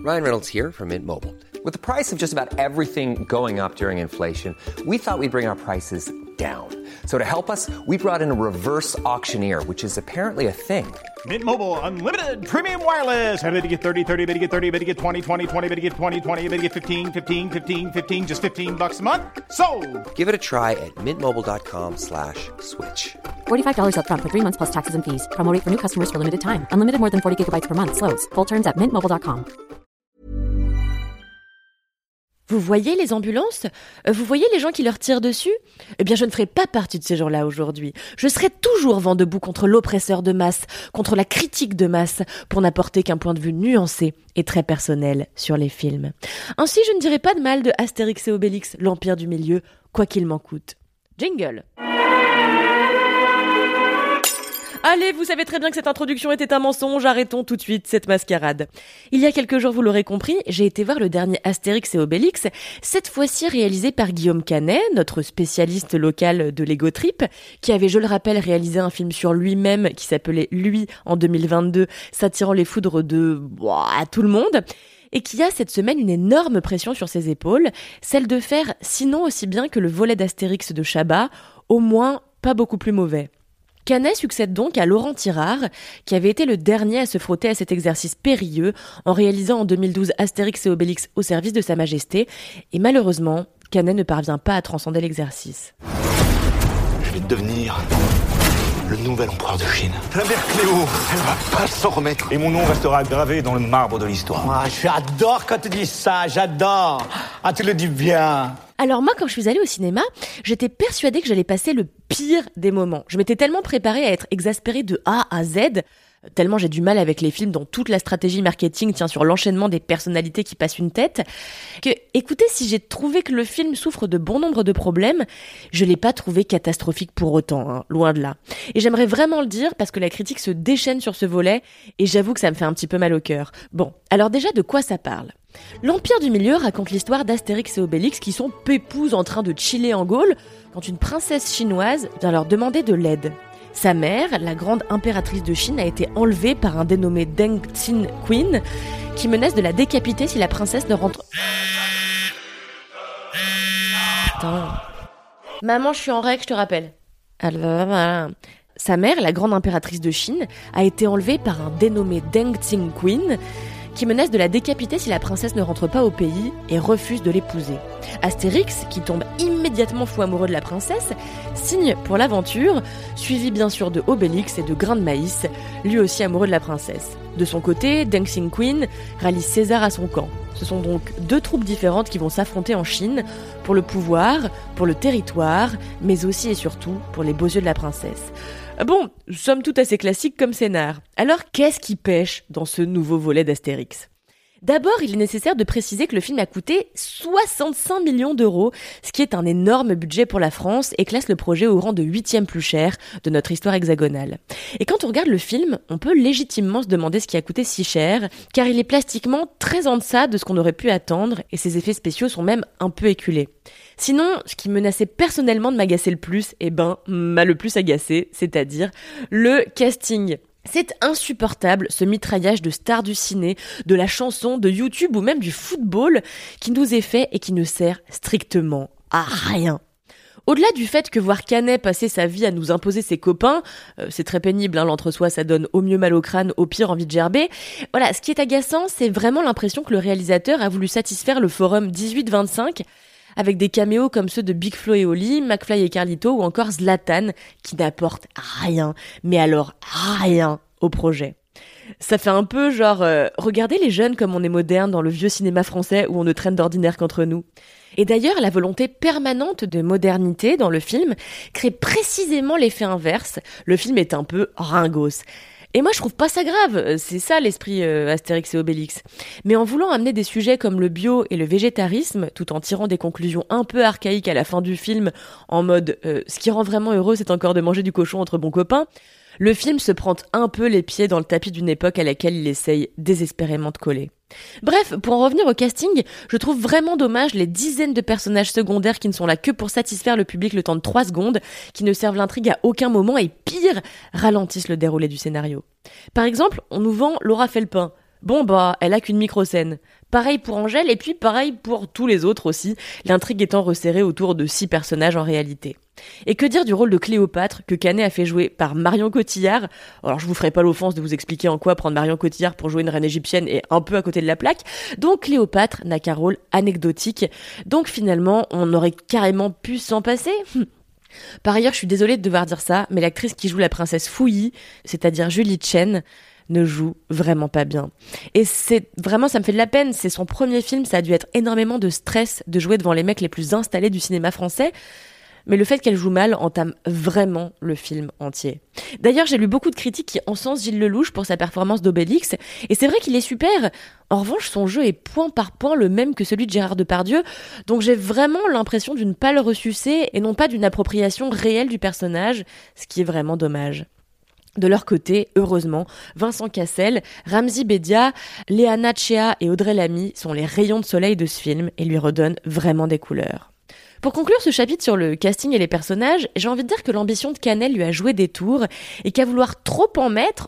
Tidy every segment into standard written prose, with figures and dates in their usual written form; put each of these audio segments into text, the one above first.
Ryan Reynolds here from Mint Mobile. With the price of just about everything going up during inflation, we thought we'd bring our prices down. So to help us, we brought in a reverse auctioneer, which is apparently a thing. Mint Mobile Unlimited Premium Wireless. How to get 30, 30, bit to get 30, bit to get 20, 20, 20, bit to get 20, 20, bit to get 15, 15, 15, 15, just $15 a month? Sold! Give it a try at mintmobile.com/switch. $45 up front for 3 months plus taxes and fees. Promo rate for new customers for limited time. Unlimited more than 40 gigabytes per month. Slows full terms at mintmobile.com. Vous voyez les ambulances ? Vous voyez les gens qui leur tirent dessus ? Eh bien, je ne ferai pas partie de ces gens-là aujourd'hui. Je serai toujours vent debout contre l'oppresseur de masse, contre la critique de masse, pour n'apporter qu'un point de vue nuancé et très personnel sur les films. Ainsi, je ne dirai pas de mal de Astérix et Obélix, l'Empire du Milieu, quoi qu'il m'en coûte. Jingle ! Allez, vous savez très bien que cette introduction était un mensonge, arrêtons tout de suite cette mascarade. Il y a quelques jours, vous l'aurez compris, j'ai été voir le dernier Astérix et Obélix, cette fois-ci réalisé par Guillaume Canet, notre spécialiste local de l'Ego Trip, qui avait, je le rappelle, réalisé un film sur lui-même qui s'appelait Lui en 2022, s'attirant les foudres de tout le monde, et qui a cette semaine une énorme pression sur ses épaules, celle de faire, sinon aussi bien que le volet d'Astérix de Chabat, au moins pas beaucoup plus mauvais. Canet succède donc à Laurent Tirard, qui avait été le dernier à se frotter à cet exercice périlleux en réalisant en 2012 Astérix et Obélix au service de Sa Majesté, et malheureusement, Canet ne parvient pas à transcender l'exercice. Je vais devenir le nouvel empereur de Chine. La mère Cléo, elle va pas s'en remettre. Et mon nom restera gravé dans le marbre de l'histoire. Ah, j'adore quand tu dis ça, j'adore. Ah, tu le dis bien. Alors moi, quand je suis allée au cinéma, j'étais persuadée que j'allais passer le pire des moments. Je m'étais tellement préparée à être exaspérée de A à Z, tellement j'ai du mal avec les films dont toute la stratégie marketing tient sur l'enchaînement des personnalités qui passent une tête, que, écoutez, si j'ai trouvé que le film souffre de bon nombre de problèmes, je l'ai pas trouvé catastrophique pour autant, loin de là. Et j'aimerais vraiment le dire parce que la critique se déchaîne sur ce volet, et j'avoue que ça me fait un petit peu mal au cœur. Bon, alors déjà, de quoi ça parle ? L'Empire du Milieu raconte l'histoire d'Astérix et Obélix qui sont pépouses en train de chiller en Gaule quand une princesse chinoise vient leur demander de l'aide. Sa mère, la grande impératrice de Chine, a été enlevée par un dénommé Deng Xin Queen qui menace de la décapiter si la princesse ne rentre... Putain. Maman, je suis en règle, je te rappelle. Alors, sa mère, la grande impératrice de Chine, a été enlevée par un dénommé Deng Xin Queen qui menace de la décapiter si la princesse ne rentre pas au pays et refuse de l'épouser. Astérix, qui tombe immédiatement fou amoureux de la princesse, signe pour l'aventure, suivi bien sûr de Obélix et de Grain de Maïs, lui aussi amoureux de la princesse. De son côté, Deng Xin Queen rallie César à son camp. Ce sont donc deux troupes différentes qui vont s'affronter en Chine pour le pouvoir, pour le territoire, mais aussi et surtout pour les beaux yeux de la princesse. Bon, somme toute assez classique comme scénar. Alors, qu'est-ce qui pêche dans ce nouveau volet d'Astérix ? D'abord, il est nécessaire de préciser que le film a coûté 65 millions d'euros, ce qui est un énorme budget pour la France et classe le projet au rang de 8e plus cher de notre histoire hexagonale. Et quand on regarde le film, on peut légitimement se demander ce qui a coûté si cher, car il est plastiquement très en deçà de ce qu'on aurait pu attendre et ses effets spéciaux sont même un peu éculés. Sinon, ce qui menaçait personnellement de m'agacer le plus, m'a le plus agacé, c'est-à-dire le casting. C'est insupportable, ce mitraillage de stars du ciné, de la chanson, de YouTube ou même du football qui nous est fait et qui ne sert strictement à rien. Au-delà du fait que voir Canet passer sa vie à nous imposer ses copains, c'est très pénible, l'entre-soi, ça donne au mieux mal au crâne, au pire envie de gerber. Voilà, ce qui est agaçant, c'est vraiment l'impression que le réalisateur a voulu satisfaire le forum 18-25 avec des caméos comme ceux de Big Flo et Oli, McFly et Carlito ou encore Zlatan, qui n'apportent rien, mais alors rien au projet. Ça fait un peu genre, regardez les jeunes comme on est moderne dans le vieux cinéma français où on ne traîne d'ordinaire qu'entre nous. Et d'ailleurs, la volonté permanente de modernité dans le film crée précisément l'effet inverse. Le film est un peu ringos. Et moi, je trouve pas ça grave, c'est ça l'esprit Astérix et Obélix. Mais en voulant amener des sujets comme le bio et le végétarisme, tout en tirant des conclusions un peu archaïques à la fin du film, en mode ce qui rend vraiment heureux, c'est encore de manger du cochon entre bons copains, le film se prend un peu les pieds dans le tapis d'une époque à laquelle il essaye désespérément de coller. Bref, pour en revenir au casting, je trouve vraiment dommage les dizaines de personnages secondaires qui ne sont là que pour satisfaire le public le temps de 3 secondes, qui ne servent l'intrigue à aucun moment et pire, ralentissent le déroulé du scénario. Par exemple, on nous vend Laura Felpin. Bon elle a qu'une micro-scène. Pareil pour Angèle et puis pareil pour tous les autres aussi, l'intrigue étant resserrée autour de 6 personnages en réalité. Et que dire du rôle de Cléopâtre que Canet a fait jouer par Marion Cotillard. Alors je vous ferai pas l'offense de vous expliquer en quoi prendre Marion Cotillard pour jouer une reine égyptienne est un peu à côté de la plaque. Donc Cléopâtre n'a qu'un rôle anecdotique. Donc finalement on aurait carrément pu s'en passer. Par ailleurs je suis désolée de devoir dire ça, mais l'actrice qui joue la princesse Fouilly, c'est-à-dire Julie Chen, ne joue vraiment pas bien. Et c'est vraiment, ça me fait de la peine, c'est son premier film, ça a dû être énormément de stress de jouer devant les mecs les plus installés du cinéma français, mais le fait qu'elle joue mal entame vraiment le film entier. D'ailleurs, j'ai lu beaucoup de critiques qui encensent Gilles Lelouch pour sa performance d'Obélix, et c'est vrai qu'il est super. En revanche, son jeu est point par point le même que celui de Gérard Depardieu, donc j'ai vraiment l'impression d'une pâle ressucée et non pas d'une appropriation réelle du personnage, ce qui est vraiment dommage. De leur côté, heureusement, Vincent Cassel, Ramzy Bedia, Léana Tchea et Audrey Lamy sont les rayons de soleil de ce film et lui redonnent vraiment des couleurs. Pour conclure ce chapitre sur le casting et les personnages, j'ai envie de dire que l'ambition de Canet lui a joué des tours et qu'à vouloir trop en mettre,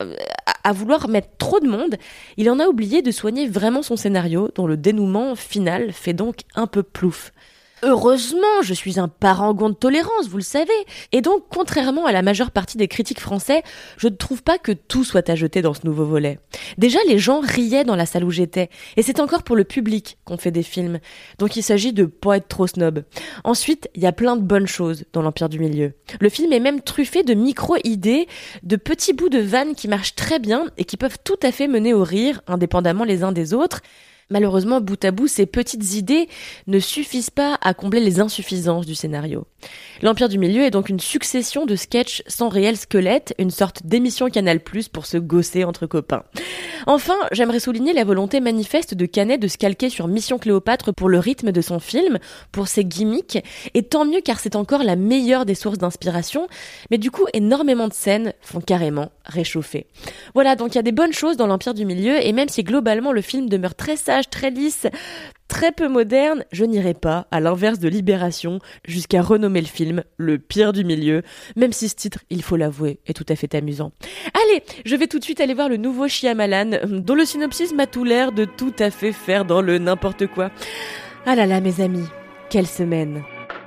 à vouloir mettre trop de monde, il en a oublié de soigner vraiment son scénario dont le dénouement final fait donc un peu plouf. Heureusement, je suis un parangon de tolérance, vous le savez. Et donc, contrairement à la majeure partie des critiques français, je ne trouve pas que tout soit à jeter dans ce nouveau volet. Déjà, les gens riaient dans la salle où j'étais. Et c'est encore pour le public qu'on fait des films. Donc il s'agit de pas être trop snob. Ensuite, il y a plein de bonnes choses dans l'Empire du Milieu. Le film est même truffé de micro-idées, de petits bouts de vannes qui marchent très bien et qui peuvent tout à fait mener au rire, indépendamment les uns des autres. Malheureusement, bout à bout, ces petites idées ne suffisent pas à combler les insuffisances du scénario. L'Empire du Milieu est donc une succession de sketchs sans réel squelette, une sorte d'émission Canal+ pour se gausser entre copains. Enfin, j'aimerais souligner la volonté manifeste de Canet de se calquer sur Mission Cléopâtre pour le rythme de son film, pour ses gimmicks, et tant mieux car c'est encore la meilleure des sources d'inspiration, mais du coup, énormément de scènes font carrément réchauffer. Voilà, donc il y a des bonnes choses dans l'Empire du Milieu, et même si globalement le film demeure très sage, très lisse, très peu moderne, je n'irai pas, à l'inverse de Libération, jusqu'à renommer le film Le Pire du Milieu, même si ce titre, il faut l'avouer, est tout à fait amusant. Allez, je vais tout de suite aller voir le nouveau Shyamalan, dont le synopsis m'a tout l'air de tout à fait faire dans le n'importe quoi. Ah là là, mes amis, quelle semaine!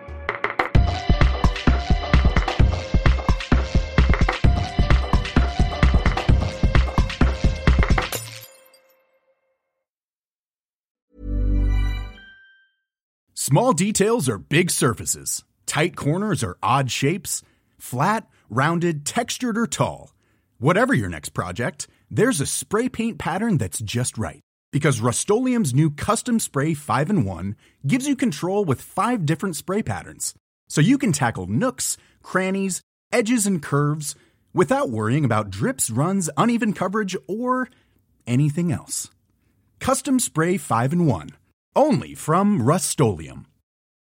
Small details are big surfaces. Tight corners are odd shapes. Flat, rounded, textured, or tall. Whatever your next project, there's a spray paint pattern that's just right. Because Rust-Oleum's new Custom Spray 5-in-1 gives you control with 5 different spray patterns. So you can tackle nooks, crannies, edges, and curves without worrying about drips, runs, uneven coverage, or anything else. Custom Spray 5-in-1. Only from Rust-Oleum.